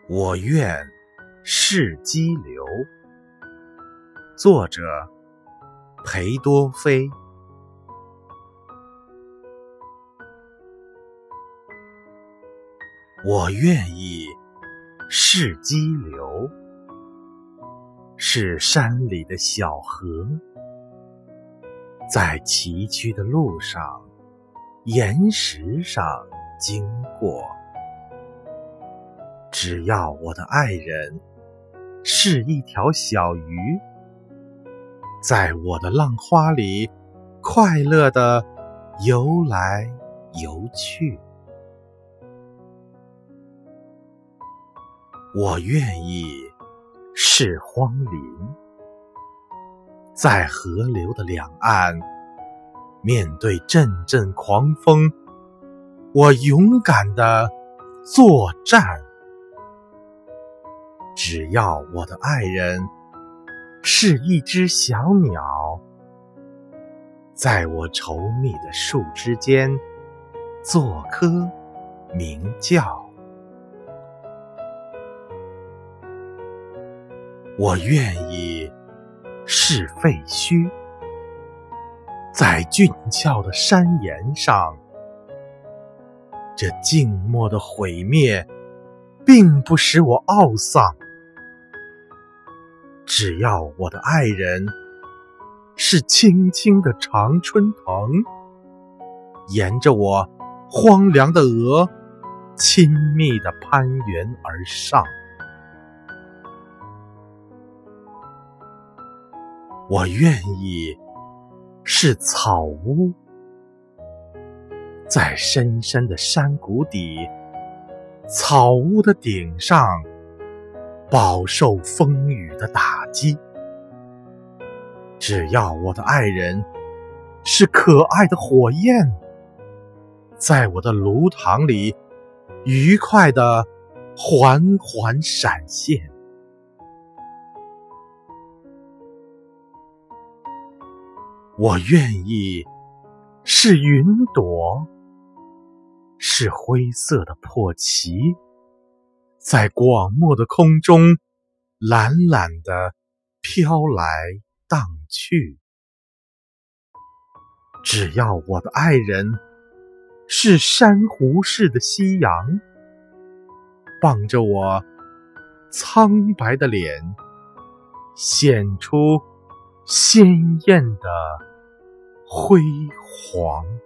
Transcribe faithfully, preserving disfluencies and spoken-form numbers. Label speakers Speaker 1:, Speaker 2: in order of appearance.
Speaker 1: 我愿是激流。作者裴多菲。我愿意是激流，是山里的小河，在崎岖的路上，岩石上经过。只要我的爱人是一条小鱼，在我的浪花里快乐地游来游去。我愿意是荒林，在河流的两岸，面对阵阵狂风，我勇敢地作战。只要我的爱人是一只小鸟，在我稠密的树枝间作歌鸣叫。我愿意是废墟，在峻峭的山岩上，这静默的毁灭并不使我懊丧。只要我的爱人是青青的常春藤，沿着我荒凉的额亲密地攀援而上。我愿意是草屋，在深深的山谷底，草屋的顶上饱受风雨的打击。只要我的爱人是可爱的火焰，在我的炉膛里愉快地缓缓闪现。我愿意是云朵，是灰色的破旗，在广漠的空中懒懒地飘来荡去。只要我的爱人是珊瑚似的夕阳，傍着我苍白的脸，显出鲜艳的辉煌。